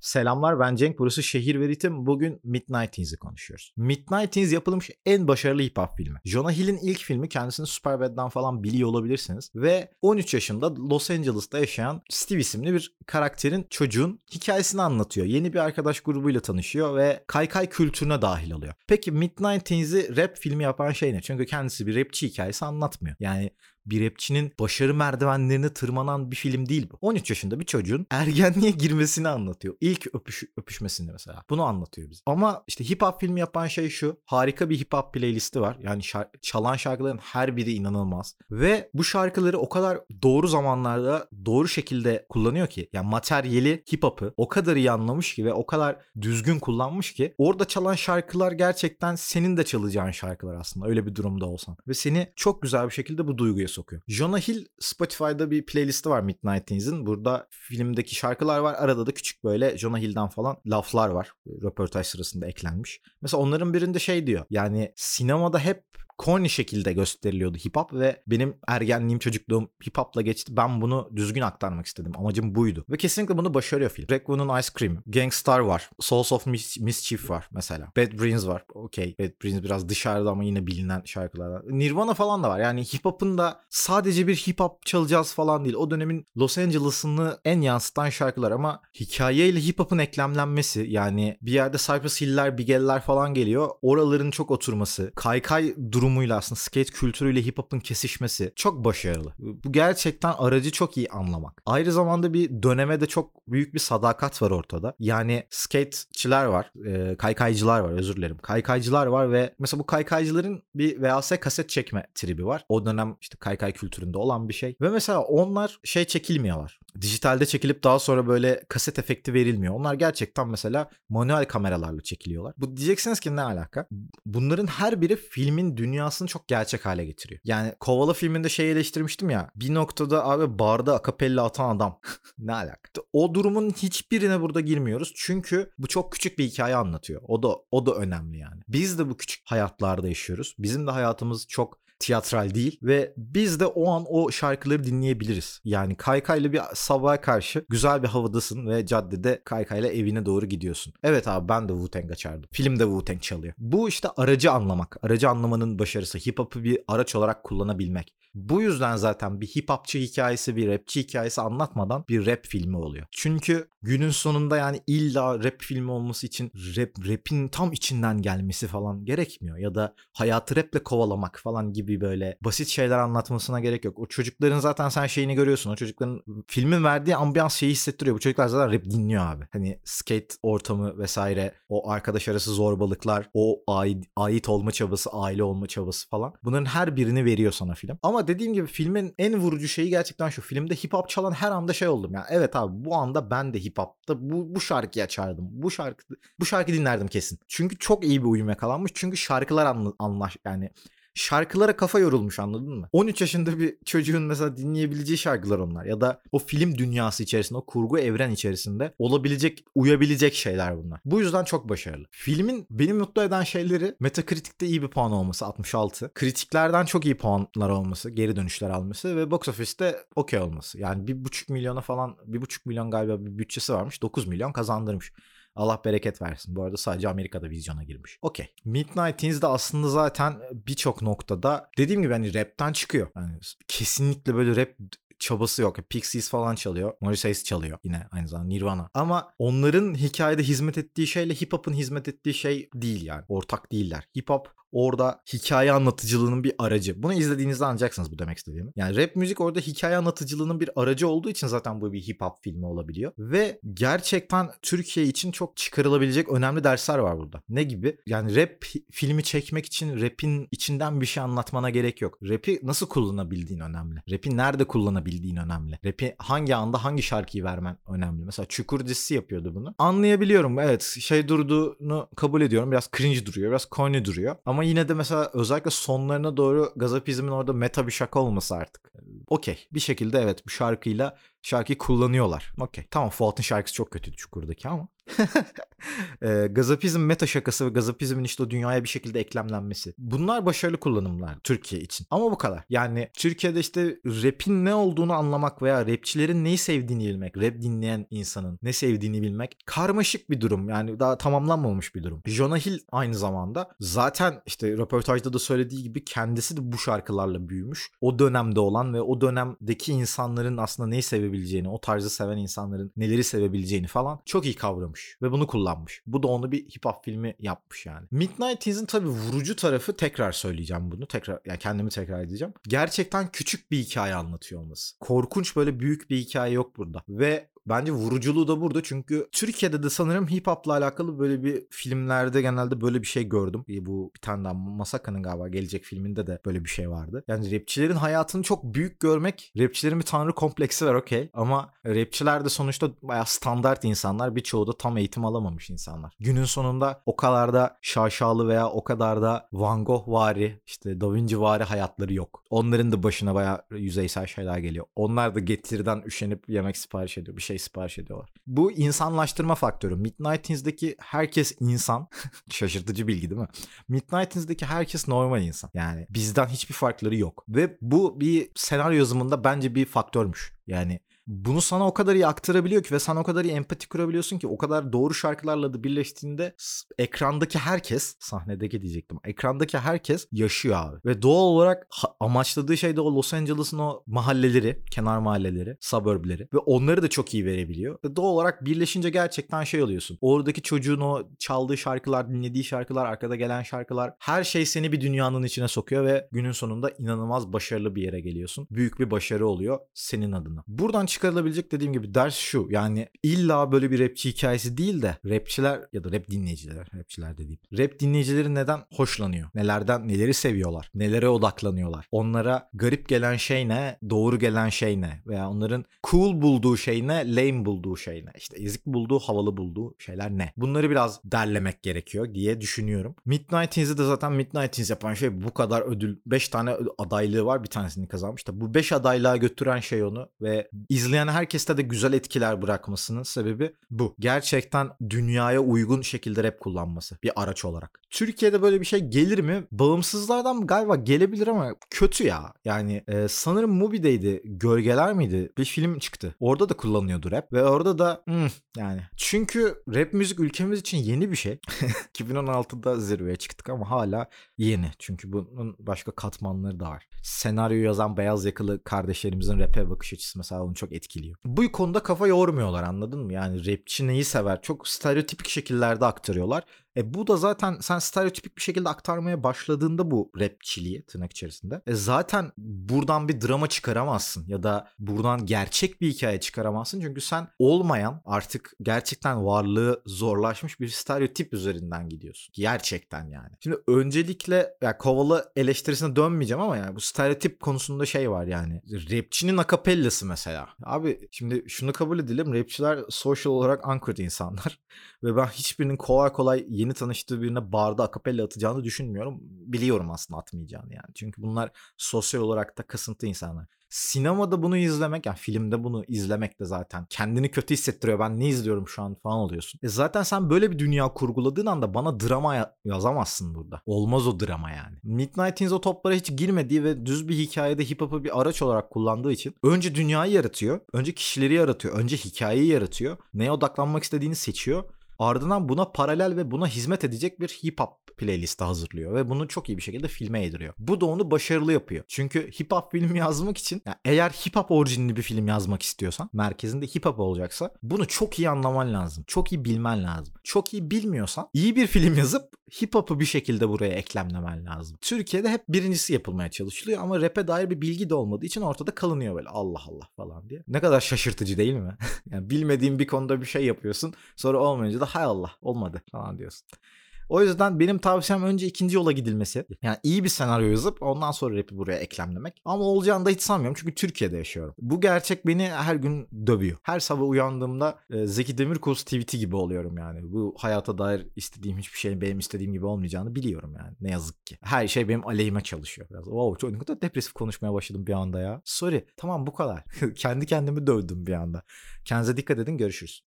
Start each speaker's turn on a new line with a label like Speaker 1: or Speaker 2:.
Speaker 1: Selamlar, ben Cenk. Burası Şehir ve Ritim. Bugün Midnight Teens'i konuşuyoruz. Midnight Teens yapılmış en başarılı hip hop filmi. Jonah Hill'in ilk filmi, kendisini Superbad'den falan biliyor olabilirsiniz. Ve 13 yaşında Los Angeles'ta yaşayan Steve isimli bir karakterin, çocuğun hikayesini anlatıyor. Yeni bir arkadaş grubuyla tanışıyor ve kaykay kültürüne dahil oluyor. Peki Midnight Teens'i rap filmi yapan şey ne? Çünkü kendisi bir rapçi hikayesi anlatmıyor. Yani bir rapçinin başarı merdivenlerini tırmanan bir film değil bu. 13 yaşında bir çocuğun ergenliğe girmesini anlatıyor. İlk öpüşmesini mesela. Bunu anlatıyor bize. Ama işte hip hop filmi yapan şey şu. Harika bir hip hop playlisti var. Yani çalan şarkıların her biri inanılmaz. Ve bu şarkıları o kadar doğru zamanlarda doğru şekilde kullanıyor ki. Yani materyali, hip hop'ı o kadar iyi anlamış ki ve o kadar düzgün kullanmış ki orada çalan şarkılar gerçekten senin de çalacağın şarkılar aslında. Öyle bir durumda olsan. Ve seni çok güzel bir şekilde bu duyguya sokuyor. Jonah Hill, Spotify'da bir playlisti var Midnight Teens'in. Burada filmdeki şarkılar var. Arada da küçük böyle Jonah Hill'den falan laflar var. Röportaj sırasında eklenmiş. Mesela onların birinde şey diyor. Yani sinemada hep corny şekilde gösteriliyordu hip hop ve benim ergenliğim, çocukluğum hip hop'la geçti. Ben bunu düzgün aktarmak istedim. Amacım buydu. Ve kesinlikle bunu başarıyor film. Raekwon'un Ice Cream, Gangstar var, Souls of Mischief var mesela. Bad Brains var. Okey. Bad Brains biraz dışarıda ama yine bilinen şarkılardan. Nirvana falan da var. Yani hip hop'un da sadece bir hip hop çalacağız falan değil. O dönemin Los Angeles'ını en yansıtan şarkılar ama hikayeyle hip hop'un eklemlenmesi, yani bir yerde Cypress Hill'ler, Big L'ler falan geliyor. Oraların çok oturması, kaykay durumuyla aslında skate kültürüyle hip hop'un kesişmesi çok başarılı. Bu gerçekten aracı çok iyi anlamak. Aynı zamanda bir döneme de çok büyük bir sadakat var ortada. Yani skateçiler var, kaykaycılar var, özür dilerim. Kaykaycılar var ve mesela bu kaykaycıların bir VHS kaset çekme tribi var. O dönem işte kaykay kültüründe olan bir şey. Ve mesela onlar şey çekilmiyorlar. Dijitalde çekilip daha sonra böyle kaset efekti verilmiyor. Onlar gerçekten mesela manuel kameralarla çekiliyorlar. Bu diyeceksiniz ki ne alaka? Bunların her biri filmin dünyasını çok gerçek hale getiriyor. Yani Kovala filminde şey eleştirmiştim ya. Bir noktada abi barda akapella atan adam. Ne alaka? O durumun hiçbirine burada girmiyoruz. Çünkü bu çok küçük bir hikaye anlatıyor. O da önemli yani. Biz de bu küçük hayatlarda yaşıyoruz. Bizim de hayatımız çok tiyatral değil ve biz de o an o şarkıları dinleyebiliriz. Yani kaykayla bir sabaha karşı güzel bir havadasın ve caddede kaykayla evine doğru gidiyorsun. Evet abi, ben de Wu-Tang açardım. Filmde Wu-Tang çalıyor. Bu işte aracı anlamak. Aracı anlamanın başarısı. Hip hop'u bir araç olarak kullanabilmek. Bu yüzden zaten bir hip hopçı hikayesi, bir rapçi hikayesi anlatmadan bir rap filmi oluyor. Çünkü günün sonunda yani illa rap filmi olması için rap'in tam içinden gelmesi falan gerekmiyor. Ya da hayatı raple kovalamak falan gibi böyle basit şeyler anlatmasına gerek yok. O çocukların zaten sen şeyini görüyorsun. O çocukların filmin verdiği ambiyans şeyi hissettiriyor. Bu çocuklar zaten rap dinliyor abi. Hani skate ortamı vesaire, o arkadaş arası zorbalıklar, o ait olma çabası, aile olma çabası falan. Bunların her birini veriyor sana film. Ama dediğim gibi filmin en vurucu şeyi gerçekten şu. Filmde hip hop çalan her anda şey oldum ya. Evet abi, bu anda ben de hip hop'ta bu şarkıyı açardım. Bu şarkı dinlerdim kesin. Çünkü çok iyi bir uyum yakalanmış. Çünkü şarkılar yani şarkılara kafa yorulmuş, anladın mı? 13 yaşında bir çocuğun mesela dinleyebileceği şarkılar onlar. Ya da o film dünyası içerisinde, o kurgu evren içerisinde uyabilecek şeyler bunlar. Bu yüzden çok başarılı. Filmin beni mutlu eden şeyleri Metacritic'te iyi bir puan olması, 66. Kritiklerden çok iyi puanlar olması, geri dönüşler alması ve box office'te okey olması. Yani 1,5 milyon galiba bir bütçesi varmış. 9 milyon kazandırmış. Allah bereket versin. Bu arada sadece Amerika'da vizyona girmiş. Okey. Midnight Teens de aslında zaten birçok noktada dediğim gibi hani rapten çıkıyor. Yani kesinlikle böyle rap çabası yok. Pixies falan çalıyor. Morrissey çalıyor yine aynı zamanda, Nirvana. Ama onların hikayede hizmet ettiği şeyle hip hop'un hizmet ettiği şey değil yani. Ortak değiller. Hip hop orada hikaye anlatıcılığının bir aracı. Bunu izlediğinizde anlayacaksınız bu demek istediğimi. Yani rap müzik orada hikaye anlatıcılığının bir aracı olduğu için zaten bu bir hip hop filmi olabiliyor. Ve gerçekten Türkiye için çok çıkarılabilecek önemli dersler var burada. Ne gibi? Yani rap filmi çekmek için rap'in içinden bir şey anlatmana gerek yok. Rap'i nasıl kullanabildiğin önemli. Rap'i nerede kullanabildiğin önemli. Rap'i hangi anda hangi şarkıyı vermen önemli. Mesela Çukur dizisi yapıyordu bunu. Anlayabiliyorum, evet, şey durduğunu kabul ediyorum. Biraz cringe duruyor, biraz corny duruyor. Ama yine de mesela özellikle sonlarına doğru Gazapizm'in orada meta bir şaka olması artık. Okey. Bir şekilde evet, bu şarkıyla şarkıyı kullanıyorlar. Okey. Tamam, Fuat'ın şarkısı çok kötüydü Çukur'daki ama. Gazapizm meta şakası ve gazapizmin işte o dünyaya bir şekilde eklemlenmesi. Bunlar başarılı kullanımlar Türkiye için. Ama bu kadar. Yani Türkiye'de işte rap'in ne olduğunu anlamak veya rapçilerin neyi sevdiğini bilmek, rap dinleyen insanın ne sevdiğini bilmek karmaşık bir durum. Yani daha tamamlanmamış bir durum. Jonah Hill aynı zamanda zaten işte röportajda da söylediği gibi kendisi de bu şarkılarla büyümüş. O dönemde olan ve o dönemdeki insanların aslında neyi sevebileceğini, o tarzı seven insanların neleri sevebileceğini falan çok iyi kavramış ve bunu kullanmış. Bu da onu bir hip hop filmi yapmış yani. Midnightins'in tabii vurucu tarafı, tekrar söyleyeceğim bunu. Tekrar, yani kendimi tekrar edeceğim. Gerçekten küçük bir hikaye anlatıyor olması. Korkunç, böyle büyük bir hikaye yok burada. Ve bence vuruculuğu da burada, çünkü Türkiye'de de sanırım hip hop'la alakalı böyle bir filmlerde genelde böyle bir şey gördüm. Bu bir tane daha Masaka'nın galiba gelecek filminde de böyle bir şey vardı. Yani rapçilerin hayatını çok büyük görmek, rapçilerin bir tanrı kompleksi var, okey. Ama rapçiler de sonuçta bayağı standart insanlar. Birçoğu da tam eğitim alamamış insanlar. Günün sonunda o kadar da şaşalı veya o kadar da Van Gogh vari, işte Da Vinci vari hayatları yok. Onların da başına bayağı yüzeysel şeyler geliyor. Onlar da getiriden üşenip yemek sipariş ediyor. Bir şey sipariş ediyorlar. Bu insanlaştırma faktörü. Midnightins'deki herkes insan. Şaşırtıcı bilgi değil mi? Midnightins'deki herkes normal insan. Yani bizden hiçbir farkları yok. Ve bu bir senaryo yazımında bence bir faktörmüş. Yani bunu sana o kadar iyi aktarabiliyor ki ve sen o kadar iyi empati kurabiliyorsun ki, o kadar doğru şarkılarla da birleştiğinde ekrandaki herkes, sahnedeki diyecektim, ekrandaki herkes yaşıyor abi. Ve doğal olarak amaçladığı şey de o Los Angeles'ın o mahalleleri, kenar mahalleleri, suburbleri ve onları da çok iyi verebiliyor. Ve doğal olarak birleşince gerçekten şey oluyorsun. Oradaki çocuğun o çaldığı şarkılar, dinlediği şarkılar, arkada gelen şarkılar, her şey seni bir dünyanın içine sokuyor ve günün sonunda inanılmaz başarılı bir yere geliyorsun. Büyük bir başarı oluyor senin adına. Buradan çıkarılabilecek dediğim gibi ders şu: yani illa böyle bir rapçi hikayesi değil de rapçiler ya da rap dinleyiciler, rapçiler dediğim, rap dinleyicileri neden hoşlanıyor? Nelerden, neleri seviyorlar? Nelere odaklanıyorlar? Onlara garip gelen şey ne? Doğru gelen şey ne? Veya onların cool bulduğu şey ne? Lame bulduğu şey ne? İşte ezik bulduğu, havalı bulduğu şeyler ne? Bunları biraz derlemek gerekiyor diye düşünüyorum. Midnightins'i de zaten Midnightins yapan şey bu kadar ödül. 5 tane adaylığı var, bir tanesini kazanmış da. Bu 5 adaylığa götüren şey onu ve İzleyen herkeste de güzel etkiler bırakmasının sebebi bu. Gerçekten dünyaya uygun şekilde rap kullanması bir araç olarak. Türkiye'de böyle bir şey gelir mi? Bağımsızlardan galiba gelebilir ama kötü ya. Yani sanırım Mubi'deydi. Gölgeler miydi? Bir film çıktı. Orada da kullanıyordu rap ve orada da yani. Çünkü rap müzik ülkemiz için yeni bir şey. 2016'da zirveye çıktık ama hala yeni. Çünkü bunun başka katmanları da var. Senaryo yazan beyaz yakalı kardeşlerimizin rap'e bakış açısı mesela onu çok etkiliyor. Bu konuda kafa yormuyorlar, anladın mı? Yani rapçi neyi sever? Çok stereotipik şekillerde aktarıyorlar. Bu da zaten sen stereotipik bir şekilde aktarmaya başladığında bu rapçiliği tırnak içerisinde zaten buradan bir drama çıkaramazsın ya da buradan gerçek bir hikaye çıkaramazsın. Çünkü sen olmayan, artık gerçekten varlığı zorlaşmış bir stereotip üzerinden gidiyorsun. Gerçekten yani. Şimdi öncelikle ya Kovalı eleştirisine dönmeyeceğim ama yani bu stereotip konusunda şey var yani. Rapçinin akapellası mesela. Abi şimdi şunu kabul edelim. Rapçiler social olarak anchored insanlar. Ve ben hiçbirinin kolay kolay yeni tanıştığı birine barda akapella atacağını düşünmüyorum. Biliyorum aslında atmayacağını yani. Çünkü bunlar sosyal olarak da kasıntı insanlar. Sinemada bunu izlemek, yani filmde bunu izlemek de zaten kendini kötü hissettiriyor. Ben ne izliyorum şu an falan oluyorsun. Zaten sen böyle bir dünya kurguladığın anda bana drama yazamazsın burada. Olmaz o drama yani. Midnightins o toplara hiç girmediği ve düz bir hikayede hip hop'u bir araç olarak kullandığı için önce dünyayı yaratıyor, önce kişileri yaratıyor, önce hikayeyi yaratıyor, neye odaklanmak istediğini seçiyor. Ardından buna paralel ve buna hizmet edecek bir hip hop playlisti hazırlıyor ve bunu çok iyi bir şekilde filme yediriyor. Bu da onu başarılı yapıyor. Çünkü hip hop film yazmak için, yani eğer hip hop orijinli bir film yazmak istiyorsan, merkezinde hip hop olacaksa bunu çok iyi anlaman lazım. Çok iyi bilmen lazım. Çok iyi bilmiyorsan iyi bir film yazıp hip hop'u bir şekilde buraya eklemlemen lazım. Türkiye'de hep birincisi yapılmaya çalışılıyor ama rap'e dair bir bilgi de olmadığı için ortada kalınıyor böyle Allah Allah falan diye. Ne kadar şaşırtıcı değil mi? Yani bilmediğin bir konuda bir şey yapıyorsun, sonra olmayınca da hay Allah olmadı falan diyorsun. O yüzden benim tavsiyem önce ikinci yola gidilmesi. Yani iyi bir senaryo yazıp ondan sonra rap'i buraya eklemlemek. Ama olacağını da hiç sanmıyorum çünkü Türkiye'de yaşıyorum. Bu gerçek beni her gün dövüyor. Her sabah uyandığımda Zeki Demirkubuz tweet'i gibi oluyorum yani. Bu hayata dair istediğim hiçbir şeyin benim istediğim gibi olmayacağını biliyorum yani. Ne yazık ki. Her şey benim aleyhime çalışıyor biraz. Wow, çok ne kadar depresif konuşmaya başladım bir anda ya. Sorry. Tamam, bu kadar. Kendi kendimi dövdüm bir anda. Kendinize dikkat edin. Görüşürüz.